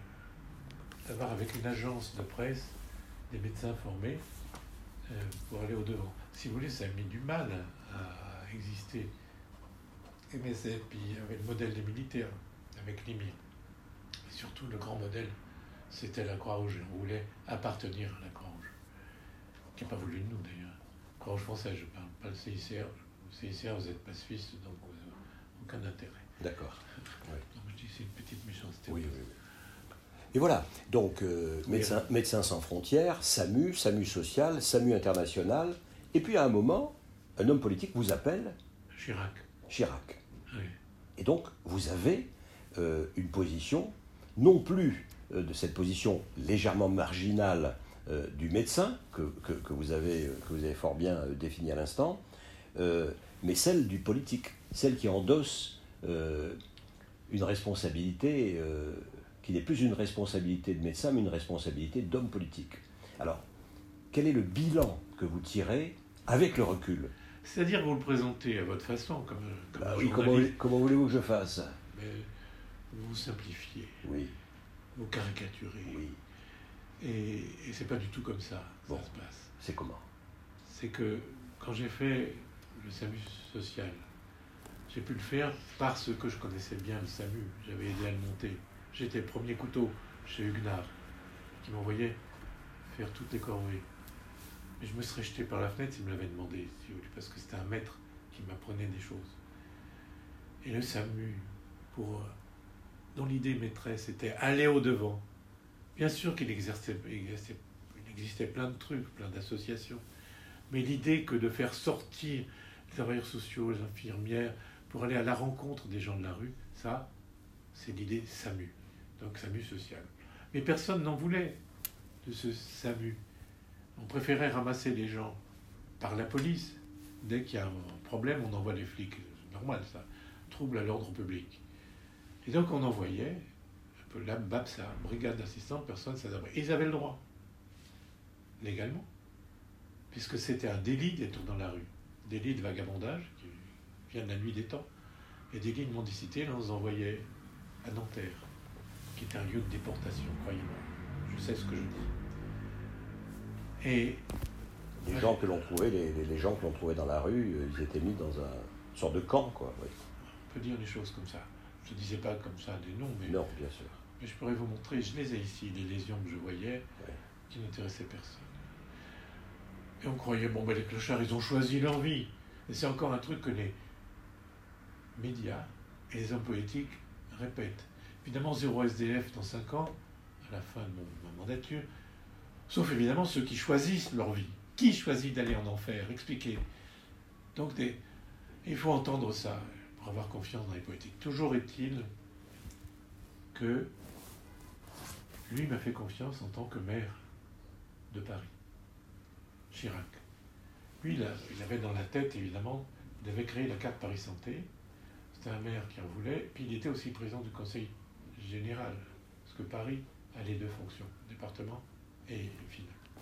d'avoir avec une agence de presse des médecins formés euh, pour aller au-devant. Si vous voulez, ça a mis du mal à exister. Mais c'est, puis avec le modèle des militaires, avec l'I M I. Et surtout, le grand modèle, c'était la Croix-Rouge. On voulait appartenir à la Croix-Rouge, qui n'a pas voulu de nous d'ailleurs. Croix-Rouge française, je parle, pas le C I C R. Le C I C R, vous n'êtes pas suisse, donc vous n'avez aucun intérêt. D'accord. Oui. Donc je dis c'est une petite méchanceté. Oui, oui, oui. Et voilà, donc euh, Oui, médecins, oui. Médecins sans frontières, SAMU, SAMU social, SAMU international, et puis à un moment, un homme politique vous appelle Chirac. Chirac. Oui. Et donc, vous avez euh, une position, non plus euh, de cette position légèrement marginale euh, du médecin, que, que, que, vous avez, que vous avez fort bien euh, défini à l'instant, euh, mais celle du politique, celle qui endosse euh, une responsabilité euh, qui n'est plus une responsabilité de médecin, mais une responsabilité d'homme politique. Alors, quel est le bilan que vous tirez avec le recul ? C'est-à-dire que vous le présentez à votre façon, comme, comme Bah un oui, comment, journaliste. comment voulez-vous que je fasse ? Mais vous simplifiez, Oui, vous caricaturez. oui. Et, et c'est pas du tout comme ça, Bon. ça se passe. C'est comment ? C'est que quand j'ai fait le SAMU social, j'ai pu le faire parce que je connaissais bien le SAMU. J'avais aidé à le monter. J'étais le premier couteau chez Huguenard, qui m'envoyait faire toutes les corvées. Mais je me serais jeté par la fenêtre s'il me l'avait demandé, si vous voulez, parce que c'était un maître qui m'apprenait des choses. Et le SAMU, pour, dont l'idée maîtresse était aller au-devant. Bien sûr qu'il exerçait, il existait, il existait plein de trucs, plein d'associations, mais l'idée que de faire sortir les travailleurs sociaux, les infirmières, pour aller à la rencontre des gens de la rue, ça, c'est l'idée SAMU, donc SAMU social. Mais personne n'en voulait de ce SAMU. On préférait ramasser les gens par la police. Dès qu'il y a un problème, on envoie les flics. C'est normal, ça. Trouble à l'ordre public. Et donc, on envoyait un peu la BAPSA, Brigade d'assistance personnes sans abri. Ils avaient le droit, légalement, puisque c'était un délit d'être dans la rue. Délit de vagabondage, qui vient de la nuit des temps, et délit de mendicité. Là, on les envoyait à Nanterre, qui est un lieu de déportation, croyez-moi. Je sais ce que je dis. Et Les gens que l'on trouvait, les, les- les gens que l'on trouvait dans la rue, euh, ils étaient mis dans un une sorte de camp, quoi. Oui. on peut dire les choses comme ça. Je ne disais pas comme ça des noms, mais, Non, bien sûr. mais je pourrais vous montrer, je les ai ici, les lésions que je voyais, Ouais. qui n'intéressaient personne. Et on croyait, bon, ben les clochards, ils ont choisi leur vie. Et c'est encore un truc que les médias et les hommes politiques répètent. Évidemment, zéro S D F dans cinq ans, à la fin de mon- ma mandature, sauf évidemment ceux qui choisissent leur vie. Qui choisit d'aller en enfer ? Expliquez. Donc, des... il faut entendre ça pour avoir confiance dans les politiques. Toujours est-il que lui m'a fait confiance en tant que maire de Paris, Chirac. Lui, il, a- il avait dans la tête, évidemment, il avait créé la carte Paris Santé. C'était un maire qui en voulait. Puis il était aussi président du conseil général, parce que Paris a les deux fonctions, département et ville.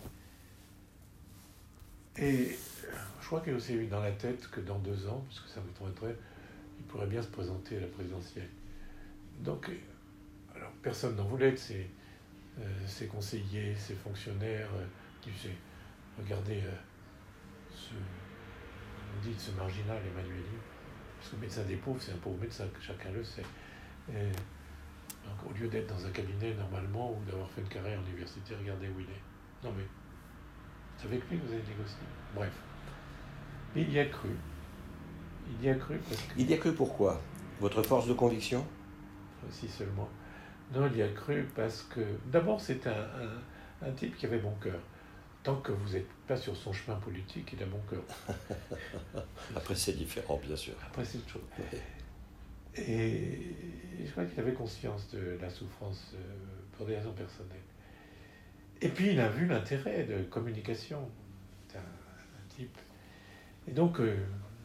Et je crois qu'il a aussi eu dans la tête que dans deux ans, parce que ça me tomberait, il pourrait bien se présenter à la présidentielle. Donc, euh, alors personne n'en voulait de ses, euh, ses conseillers, ses fonctionnaires, euh, qui disaient, regardez, euh, ce, on dit ce marginal Emmanuel, parce que le médecin des pauvres, c'est un pauvre médecin, chacun le sait. Et donc, au lieu d'être dans un cabinet normalement ou d'avoir fait une carrière à l'université, regardez où il est. Non mais, c'est avec lui que vous avez négocié. Bref. Mais il y a cru. Il y a cru parce que... Il y a cru pourquoi ? Votre force de conviction ? Si seulement. Non, il y a cru parce que... D'abord, c'est un, un, un type qui avait bon cœur. Tant que vous n'êtes pas sur son chemin politique, il a bon cœur. Après, c'est différent, bien sûr. Après, c'est autre chose. Ouais. Et je crois qu'il avait conscience de la souffrance euh, pour des raisons personnelles. Et puis, il a vu l'intérêt de communication. C'est un, un type. Et donc, euh,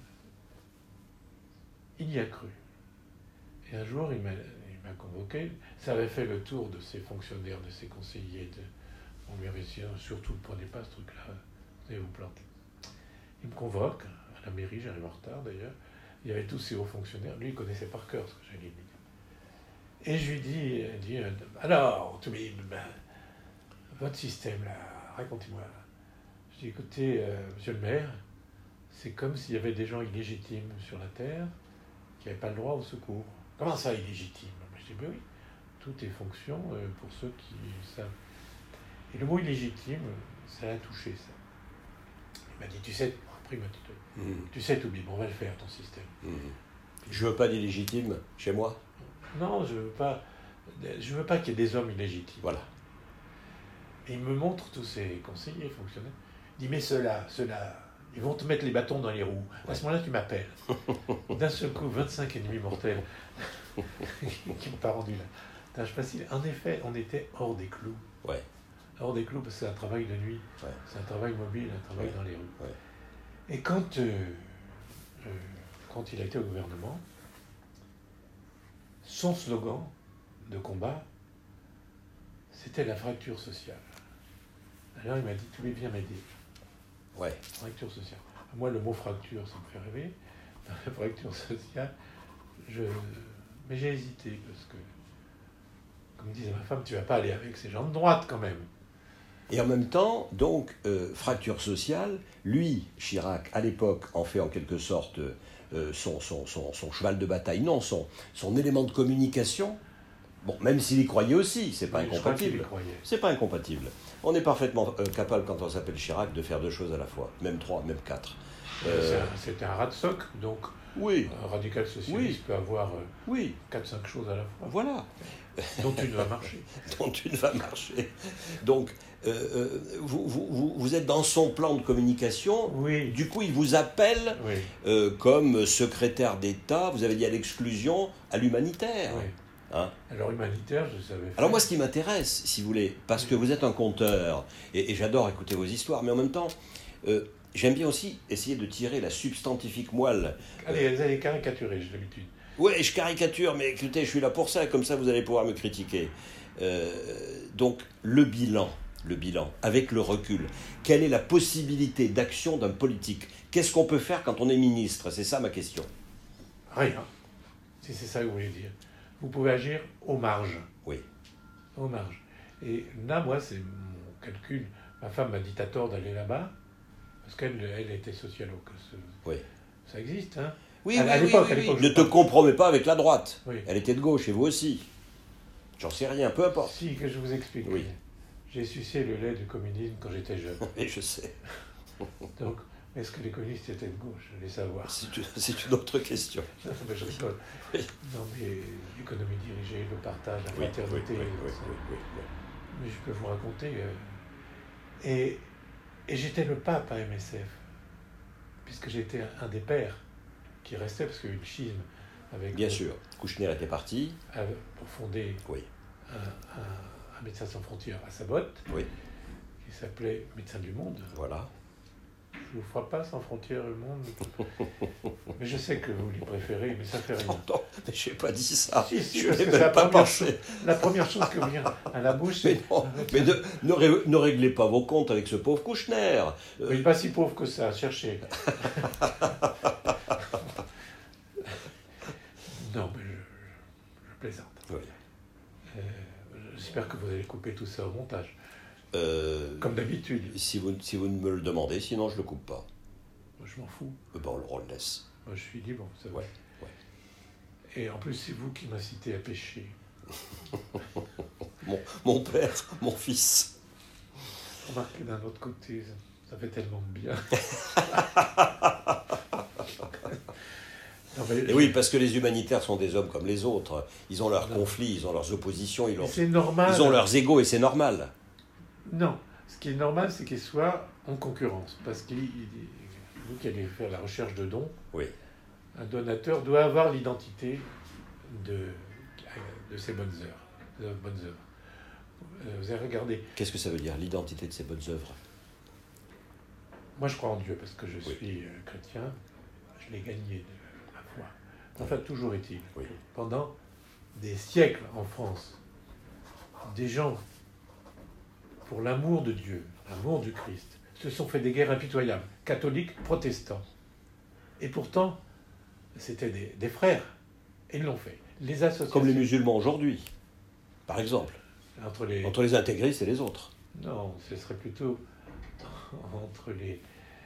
il y a cru. Et un jour, il m'a, il m'a convoqué. Ça avait fait le tour de ses fonctionnaires, de ses conseillers. De, on lui avait dit, surtout ne prenez pas ce truc-là, vous allez vous planter. Il me convoque à la mairie, j'arrive en retard d'ailleurs. Il y avait tous ces hauts fonctionnaires. Lui, il connaissait par cœur ce que j'allais lui dire. Et je lui dis, elle dit euh, alors, Toubib, ben, votre système, là, racontez-moi. Je dis, écoutez, euh, monsieur le maire, c'est comme s'il y avait des gens illégitimes sur la terre qui n'avaient pas le droit au secours. Comment ça, illégitime? Je dis, ben oui, tout est fonction euh, pour ceux qui savent. Et le mot illégitime, ça l'a touché, ça. Il m'a dit, tu sais, après il m'a dit, mmh. tu sais, Toubib, on va le faire, ton système. Mmh. Je veux pas d'illégitime chez moi. Non, je veux pas, je veux pas qu'il y ait des hommes illégitimes. Voilà. Et il me montre tous ces conseillers fonctionnaires. Il dit, mais ceux-là, ceux-là, ils vont te mettre les bâtons dans les roues. Ouais. À ce moment-là, tu m'appelles. D'un seul coup, vingt-cinq ennemis mortels qui m'ont pas rendu là. Tâche facile. En effet, on était hors des clous. Ouais. Hors des clous, parce que c'est un travail de nuit. Ouais. C'est un travail mobile, un travail ouais. dans les rues. Ouais. Et quand, euh, euh, quand il a été au gouvernement, son slogan de combat, c'était la fracture sociale. Alors il m'a dit, tu viens m'aider. Ouais. Fracture sociale. Moi, le mot fracture, ça me fait rêver. Dans la fracture sociale, je... mais j'ai hésité, parce que, comme disait ma femme, tu vas pas aller avec ces gens de droite, quand même. Et en même temps, donc, euh, fracture sociale, lui, Chirac, à l'époque, en fait en quelque sorte euh, son, son, son, son cheval de bataille, non, son, son élément de communication. Bon, même s'il y croyait aussi, c'est pas oui, incompatible. C'est pas incompatible. On est parfaitement euh, capable, quand on s'appelle Chirac, de faire deux choses à la fois, même trois, même quatre. Euh... C'était un rat de soc, donc oui. un radical socialiste oui. peut avoir euh, oui. quatre cinq choses à la fois. Voilà. Dont une va marcher. Dont une va marcher. Donc, euh, vous, vous, vous êtes dans son plan de communication. Oui. Du coup, il vous appelle oui. euh, comme secrétaire d'État, vous avez dit à l'exclusion, à l'humanitaire. Oui. Hein? Alors, humanitaire, je savais faire. Alors moi, ce qui m'intéresse, si vous voulez, parce que vous êtes un conteur, et, et j'adore écouter vos histoires, mais en même temps, euh, j'aime bien aussi essayer de tirer la substantifique moelle. Allez, euh, vous allez caricaturer, j'ai l'habitude. Oui, je caricature, mais écoutez, je suis là pour ça, comme ça vous allez pouvoir me critiquer. Euh, donc, le bilan, le bilan, avec le recul, quelle est la possibilité d'action d'un politique? Qu'est-ce qu'on peut faire quand on est ministre? C'est ça ma question. Rien, si c'est ça que vous voulez dire. Vous pouvez agir aux marges. Oui. Aux marges. Et là, moi, c'est mon calcul. Ma femme m'a dit, t'as tort d'aller là-bas, parce qu'elle elle était sociologue. Oui. Ça existe, hein? Oui, à, oui, à oui, l'époque, oui, à l'époque, oui. Ne te compromets pas avec la droite. Oui. Elle était de gauche, et vous aussi. J'en sais rien, peu importe. Si, que je vous explique. Oui. J'ai sucé le lait du communisme quand j'étais jeune. Oui, je sais. Donc, est-ce que les communistes étaient de gauche? Je voulais savoir. C'est une, c'est une autre question. Non, mais je rigole. Oui. Non, mais l'économie dirigée, le partage, la oui, fraternité. Oui, oui, oui, oui, oui, oui. Mais je peux vous raconter. Euh, et, et j'étais le pape à M S F, puisque j'étais un, un des pères qui restait, parce qu'il y a eu le schisme avec... Bien le, sûr. Kouchner était parti. Pour fonder oui. un, un, un Médecins sans frontières à Sabotte, oui. qui s'appelait Médecins du Monde. Voilà. Je ne vous ferai pas sans frontières du monde. Mais je sais que vous les préférez, mais ça fait rien. Non, non mais je n'ai pas dit ça. Si, si, je parce n'ai que même c'est pas la pensé. Chose, la première chose que vient à la bouche, c'est... Mais, non, mais de, ne, ré, ne réglez pas vos comptes avec ce pauvre Kouchner. Euh... Il n'est pas si pauvre que ça, cherchez. Non, mais je, je plaisante. Oui. Euh, j'espère que vous allez couper tout ça au montage. Euh, Comme d'habitude. Si vous, si vous ne me le demandez, sinon je ne le coupe pas. Moi, je m'en fous. Euh, ben, on le laisse. Moi, je suis libre, ça va. Ouais, ouais. Et en plus, c'est vous qui m'incitez à pécher. mon, mon père, mon fils. Remarquez d'un autre côté, ça, ça fait tellement de bien. Non, mais et je... oui, parce que les humanitaires sont des hommes comme les autres. Ils ont leurs non. conflits, ils ont leurs oppositions, ils ont, c'est normal. Ils ont leurs égos et c'est normal. Non, ce qui est normal, c'est qu'ils soient en concurrence. Parce que vous qui allez faire la recherche de dons, oui. un donateur doit avoir l'identité de, de ses bonnes œuvres. De bonnes œuvres. Vous avez regardé. Qu'est-ce que ça veut dire, l'identité de ses bonnes œuvres? Moi, je crois en Dieu parce que je oui. suis chrétien. Je l'ai gagné de ma foi. Enfin, toujours est-il. Oui. Pendant des siècles en France, des gens, pour l'amour de Dieu, l'amour du Christ, se sont fait des guerres impitoyables, catholiques, protestants. Et pourtant, c'était des, des frères, et ils l'ont fait. les associations... Comme les musulmans aujourd'hui, par exemple. Entre les... Entre les intégristes et les autres. Non, ce serait plutôt entre les...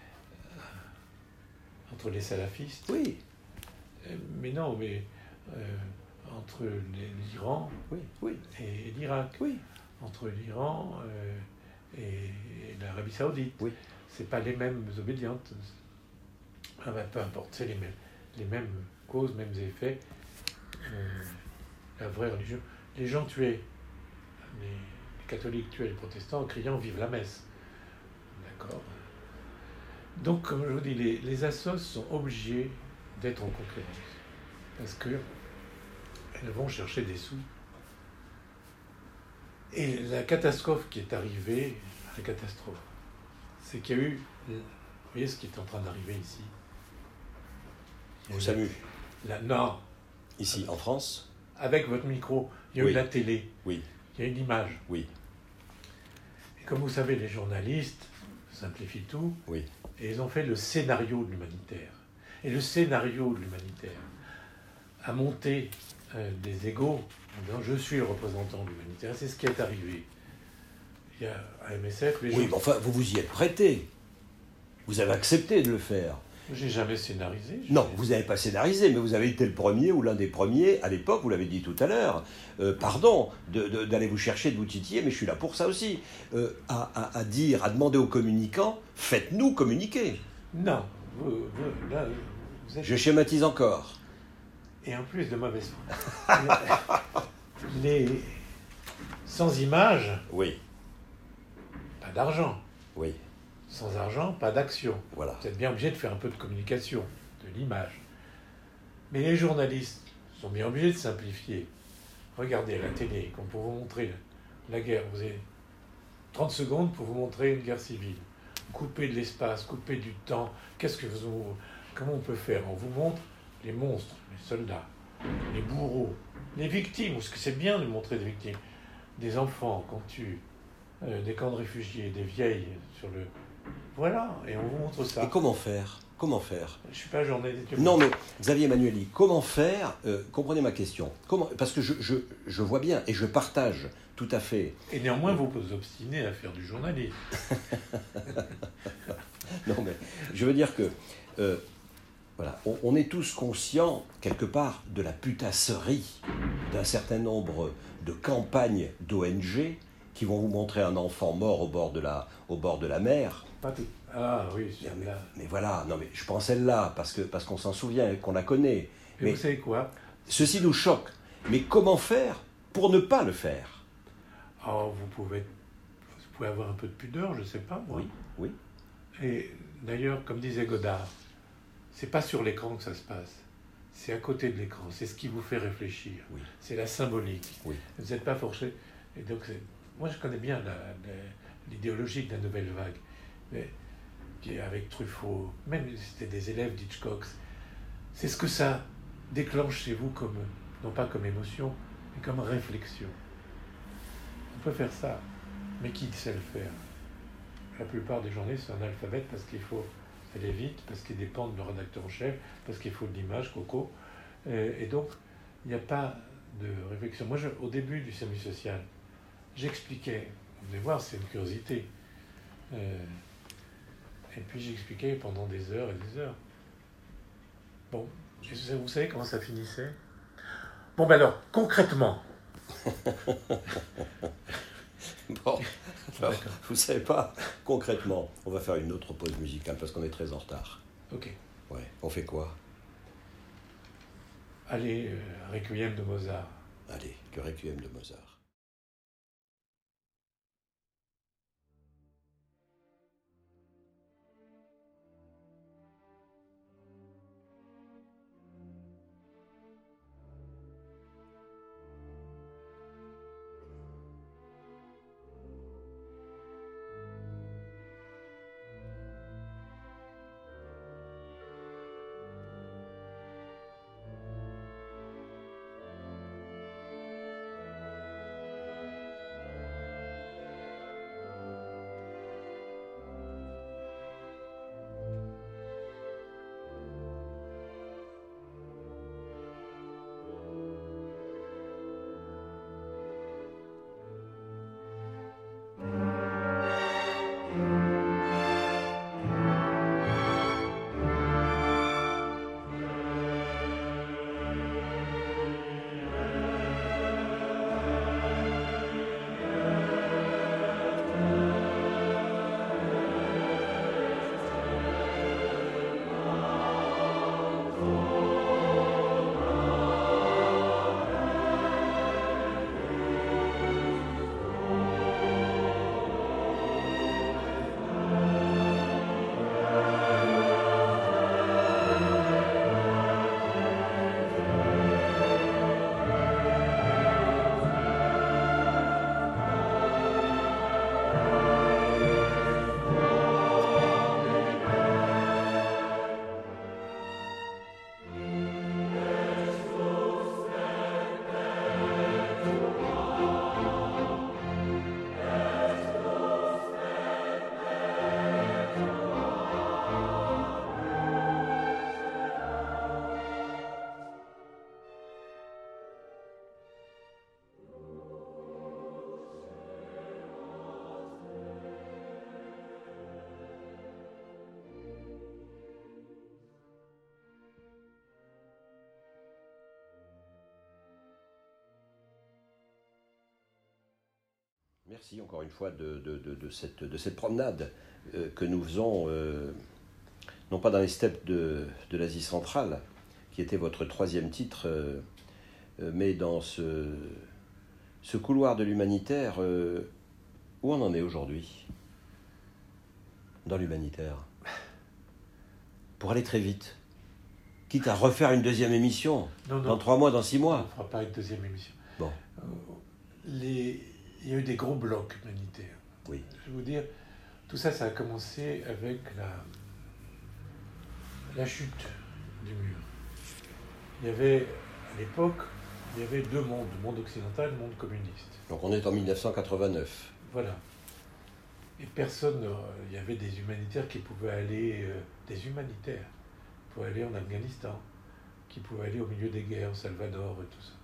entre les salafistes. Oui. Mais non, mais euh, entre l'Iran oui, oui. et l'Irak. Oui. Entre l'Iran euh, et, et l'Arabie Saoudite. Oui. C'est pas les mêmes obédientes. Ah ben, peu importe, c'est les mêmes, les mêmes causes, mêmes effets. Euh, la vraie religion. Les gens tuaient, les, les catholiques tuaient les protestants en criant « Vive la messe ». D'accord. Donc, comme je vous dis, les, les assos sont obligés d'être en concurrence. Parce que elles vont chercher des sous. Et la catastrophe qui est arrivée, la catastrophe, c'est qu'il y a eu... Vous voyez ce qui est en train d'arriver ici? Au SAMU. La, non. Ici, en France. Avec votre micro, il y a oui. eu la télé. Oui. Il y a une image. Oui. Et comme vous savez, les journalistes simplifient tout. Oui. Et ils ont fait le scénario de l'humanitaire. Et le scénario de l'humanitaire a monté euh, des égos en disant « je suis le représentant de l'humanitaire ». C'est ce qui est arrivé. Il y a à M S F... Les oui, gens... mais enfin, vous vous y êtes prêté. Vous avez accepté de le faire. J'ai jamais scénarisé. Non, vous n'avez pas scénarisé, mais vous avez été le premier ou l'un des premiers, à l'époque, vous l'avez dit tout à l'heure, euh, pardon de, de, d'aller vous chercher, de vous titiller, mais je suis là pour ça aussi, euh, à, à, à dire, à demander aux communicants, faites-nous communiquer. Non, vous, vous, là, vous êtes... Je schématise encore. Et en plus de mauvaise foi. les... Sans image, oui. Pas d'argent. Oui. Sans argent, pas d'action. Voilà. Vous êtes bien obligé de faire un peu de communication, de l'image. Mais les journalistes sont bien obligés de simplifier. Regardez à la télé, quand pour vous montrer la guerre, vous avez trente secondes pour vous montrer une guerre civile. Couper de l'espace, couper du temps. Qu'est-ce que vous... Comment on peut faire? On vous montre les monstres, les soldats, les bourreaux, les victimes, parce que c'est bien de montrer des victimes. Des enfants qu'on tue, euh, des camps de réfugiés, des vieilles sur le... Voilà, et on vous montre ça. Et comment faire? Comment faire? Je ne suis pas journaliste. Non, mais Xavier Emmanuelli, comment faire euh, comprenez ma question. Comment, parce que je, je, je vois bien et je partage tout à fait. Et néanmoins, vous vous obstinez à faire du journalisme. Non, mais je veux dire que euh, voilà, on, on est tous conscients quelque part de la putasserie d'un certain nombre de campagnes d'O N G qui vont vous montrer un enfant mort au bord de la, au bord de la mer. Pas tout. Ah oui, mais, celle-là. Mais voilà, non mais je prends celle-là parce que parce qu'on s'en souvient et qu'on la connaît. Mais, mais vous savez quoi? Ceci nous choque. Mais comment faire pour ne pas le faire? Oh, vous pouvez, vous pouvez avoir un peu de pudeur, je ne sais pas moi. Oui, oui. Et d'ailleurs, comme disait Godard, c'est pas sur l'écran que ça se passe. C'est à côté de l'écran. C'est ce qui vous fait réfléchir. Oui. C'est la symbolique. Oui. Vous n'êtes pas forcé. Et donc, moi, je connais bien la, la, l'idéologie de la nouvelle vague. Mais avec Truffaut, même si c'était des élèves d'Hitchcock, c'est ce que ça déclenche chez vous, comme, non pas comme émotion, mais comme réflexion. On peut faire ça, mais qui sait le faire? La plupart des journalistes sont analphabètes parce qu'il faut aller vite, parce qu'ils dépendent de leur rédacteur en chef, parce qu'il faut de l'image, coco. Et donc, il n'y a pas de réflexion. Moi, je, au début du service social, j'expliquais, vous allez voir, c'est une curiosité. Euh, et puis j'expliquais pendant des heures et des heures. Bon, vous savez comment ça finissait? Bon, ben alors, concrètement. Bon, alors, vous savez pas, concrètement, on va faire une autre pause musicale parce qu'on est très en retard. Ok. Ouais, on fait quoi? Allez, euh, Requiem de Mozart. Allez, le Requiem de Mozart. Merci encore une fois de, de, de, de, cette, de cette promenade euh, que nous faisons, euh, non pas dans les steppes de, de l'Asie centrale, qui était votre troisième titre, euh, euh, mais dans ce, ce couloir de l'humanitaire. Euh, où on en est aujourd'hui dans l'humanitaire? Pour aller très vite. Quitte à refaire une deuxième émission, non, non, dans trois mois, dans six mois. On ne fera pas une deuxième émission. Bon. Euh, les... Il y a eu des gros blocs humanitaires. Oui. Je vais vous dire, tout ça, ça a commencé avec la, la chute du mur. Il y avait, à l'époque, il y avait deux mondes, le monde occidental et le monde communiste. Donc on est en mille neuf cent quatre-vingt-neuf. Voilà. Et personne, euh, il y avait des humanitaires qui pouvaient aller, euh, des humanitaires, qui pouvaient aller en Afghanistan, qui pouvaient aller au milieu des guerres, au Salvador et tout ça.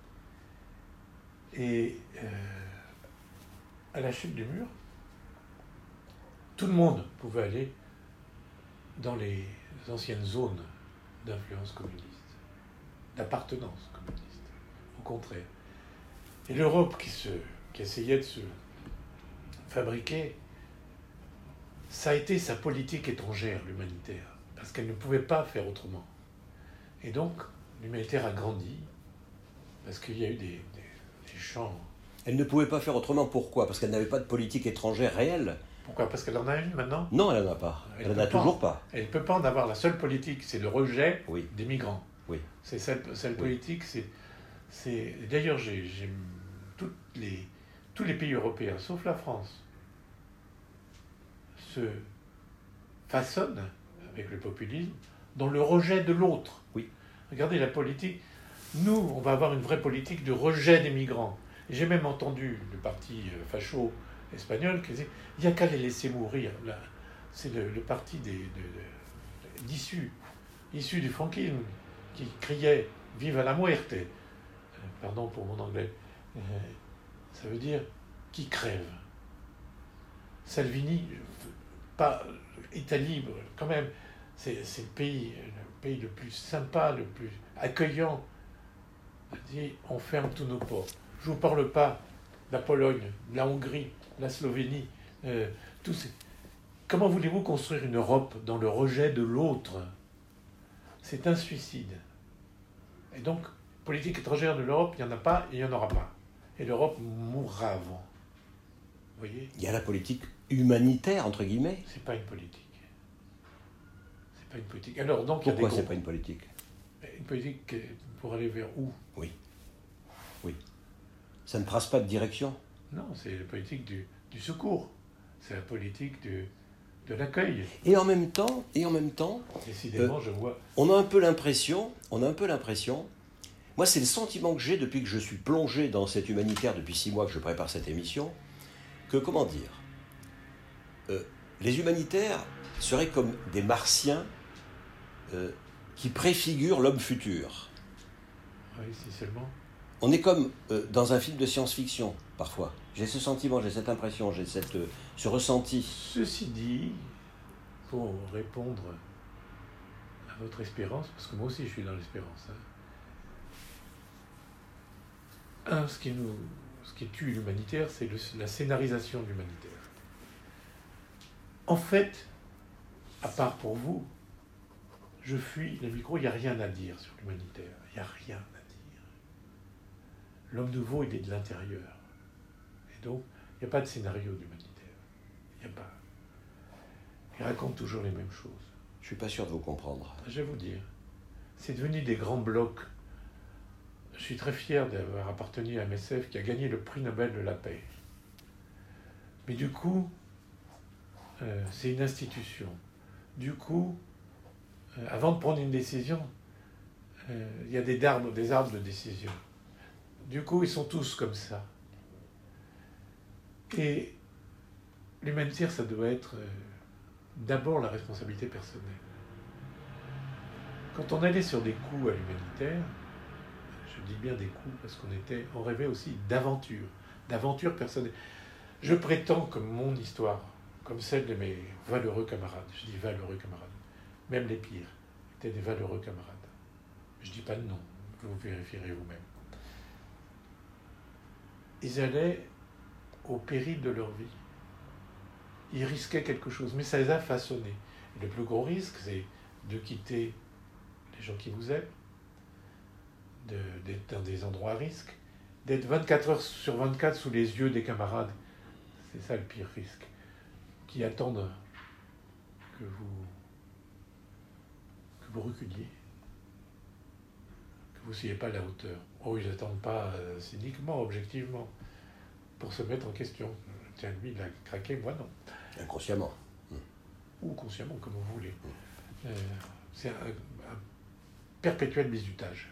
Et euh, à la chute du mur, tout le monde pouvait aller dans les anciennes zones d'influence communiste, d'appartenance communiste, au contraire. Et l'Europe qui, se, qui essayait de se fabriquer, ça a été sa politique étrangère, l'humanitaire, parce qu'elle ne pouvait pas faire autrement. Et donc, l'humanitaire a grandi, parce qu'il y a eu des, des, des champs. Elle ne pouvait pas faire autrement, pourquoi? Parce qu'elle n'avait pas de politique étrangère réelle. Pourquoi? Parce qu'elle en a une maintenant? Non, elle n'en a pas. Elle n'en a toujours pas. Elle ne peut pas en avoir. La seule politique, c'est le rejet oui. des migrants. Oui. C'est celle, celle oui. politique, c'est... c'est... D'ailleurs, j'ai, j'ai toutes les, tous les pays européens, sauf la France, se façonnent avec le populisme dans le rejet de l'autre. Oui. Regardez la politique. Nous, on va avoir une vraie politique de rejet des migrants. J'ai même entendu le parti facho espagnol qui disait il n'y a qu'à les laisser mourir. Là, c'est le, le parti des, de, de, d'issus, issus du franquisme, qui criait vive la muerte. Pardon pour mon anglais. Ça veut dire qui crève. Salvini, pas Italie, quand même, c'est, c'est le pays, le pays le plus sympa, le plus accueillant. Il dit on ferme tous nos ports. Je ne vous parle pas de la Pologne, de la Hongrie, de la Slovénie, euh, tous ces... Comment voulez-vous construire une Europe dans le rejet de l'autre? C'est un suicide. Et donc, politique étrangère de l'Europe, il n'y en a pas et il n'y en aura pas. Et l'Europe mourra avant. Vous voyez? Il y a la politique humanitaire, entre guillemets. C'est pas une politique. C'est pas une politique. Alors, donc, pourquoi il y a des c'est gros... pas une politique? Une politique pour aller vers où? Oui. Oui. Ça ne trace pas de direction? Non, c'est la politique du, du secours. C'est la politique du, de l'accueil. Et en même temps, et en même temps, décidément, euh, je vois. On a un peu l'impression, on a un peu l'impression. Moi, c'est le sentiment que j'ai depuis que je suis plongé dans cette humanitaire depuis six mois que je prépare cette émission, que comment dire, euh, les humanitaires seraient comme des martiens euh, qui préfigurent l'homme futur. Oui, si seulement. On est comme euh, dans un film de science-fiction, parfois. J'ai ce sentiment, j'ai cette impression, j'ai cette, euh, ce ressenti. Ceci dit, pour répondre à votre espérance, parce que moi aussi je suis dans l'espérance, hein. Un, ce qui, nous, ce qui tue l'humanitaire, c'est le, la scénarisation de l'humanitaire. En fait, à part pour vous, je fuis les micros, il n'y a rien à dire sur l'humanitaire. Il n'y a rien à dire. L'homme nouveau, il est de l'intérieur. Et donc, il n'y a pas de scénario d'humanitaire. Il n'y a pas. Il raconte toujours les mêmes choses. Je ne suis pas sûr de vous comprendre. Je vais vous dire. C'est devenu des grands blocs. Je suis très fier d'avoir appartenu à M S F qui a gagné le prix Nobel de la paix. Mais du coup, euh, c'est une institution. Du coup, euh, avant de prendre une décision, euh, il y a des arbres, des arbres de décision. Du coup, ils sont tous comme ça. Et l'humanitaire, ça doit être euh, d'abord la responsabilité personnelle. Quand on allait sur des coups à l'humanitaire, je dis bien des coups parce qu'on était, on rêvait aussi d'aventure, d'aventure personnelle. Je prétends que mon histoire, comme celle de mes valeureux camarades, je dis valeureux camarades, même les pires, étaient des valeureux camarades. Je ne dis pas de nom, vous vérifierez vous-même. Ils allaient au péril de leur vie. Ils risquaient quelque chose, mais ça les a façonnés. Et le plus gros risque, c'est de quitter les gens qui vous aiment, de, d'être dans des endroits à risque, d'être vingt-quatre heures sur vingt-quatre sous les yeux des camarades. C'est ça le pire risque, qui attendent que vous, que vous reculiez, que vous ne soyez pas à la hauteur. Oh, ils n'attendent pas euh, cyniquement, objectivement, pour se mettre en question. Tiens, lui, il a craqué, moi non. Inconsciemment. Ou consciemment, comme vous voulez. Euh, c'est un, un perpétuel bizutage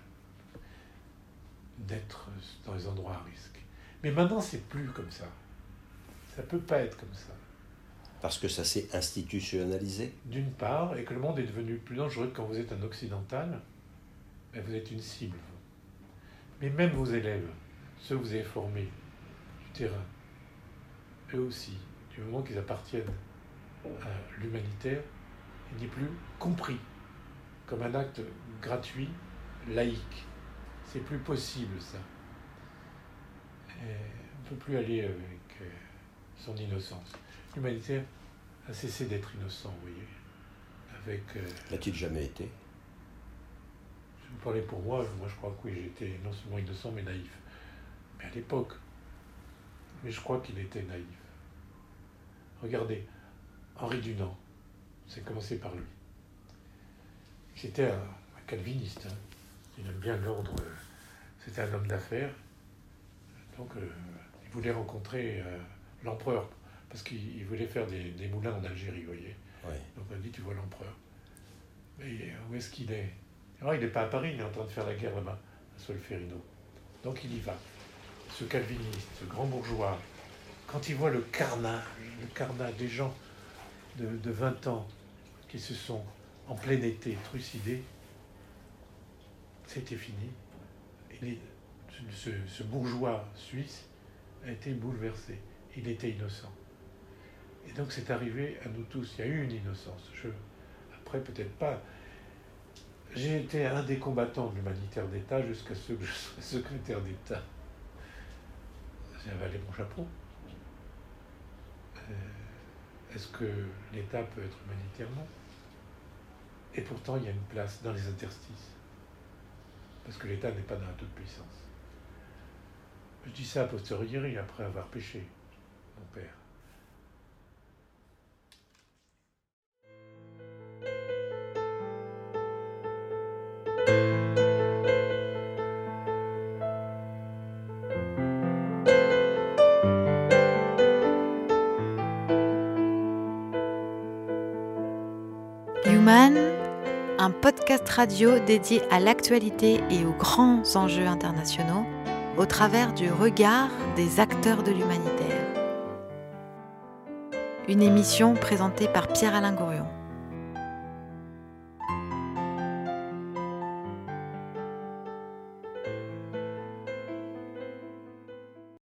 d'être dans les endroits à risque. Mais maintenant, c'est plus comme ça. Ça ne peut pas être comme ça. Parce que ça s'est institutionnalisé. D'une part, et que le monde est devenu plus dangereux quand vous êtes un occidental, ben vous êtes une cible. Mais même vos élèves, ceux que vous avez formés du terrain, eux aussi, du moment qu'ils appartiennent à l'humanitaire, il n'est plus compris comme un acte gratuit, laïque. C'est plus possible, ça. Et on ne peut plus aller avec euh, son innocence. L'humanitaire a cessé d'être innocent, vous voyez. Avec, euh, L'a-t-il jamais été? Je vous parlais pour moi, moi je crois que oui, j'étais non seulement innocent, mais naïf. Mais à l'époque, mais je crois qu'il était naïf. Regardez, Henri Dunant, c'est commencé par lui. C'était un, un calviniste, hein. Il aime bien l'ordre, euh, c'était un homme d'affaires. Donc euh, il voulait rencontrer euh, l'empereur, parce qu'il voulait faire des, des moulins en Algérie, vous voyez. Oui. Donc on a dit, tu vois l'empereur. Mais où est-ce qu'il est? Alors, il n'est pas à Paris, il est en train de faire la guerre là-bas, à Solferino. Donc il y va. Ce calviniste, ce grand bourgeois, quand il voit le carnage, le carnage des gens de, de vingt ans qui se sont en plein été trucidés, c'était fini. Il est, ce, ce bourgeois suisse a été bouleversé. Il était innocent. Et donc c'est arrivé à nous tous. Il y a eu une innocence. Je, après, peut-être pas. J'ai été un des combattants de l'humanitaire d'État jusqu'à ce que je sois secrétaire d'État. J'ai avalé mon chapeau. Euh, est-ce que l'État peut être humanitaire? Non. Et pourtant, il y a une place dans les interstices. Parce que l'État n'est pas dans la toute-puissance. Je dis ça a posteriori, après avoir péché, mon père. Human, un podcast radio dédié à l'actualité et aux grands enjeux internationaux au travers du regard des acteurs de l'humanitaire. Une émission présentée par Pierre-Alain Gourion.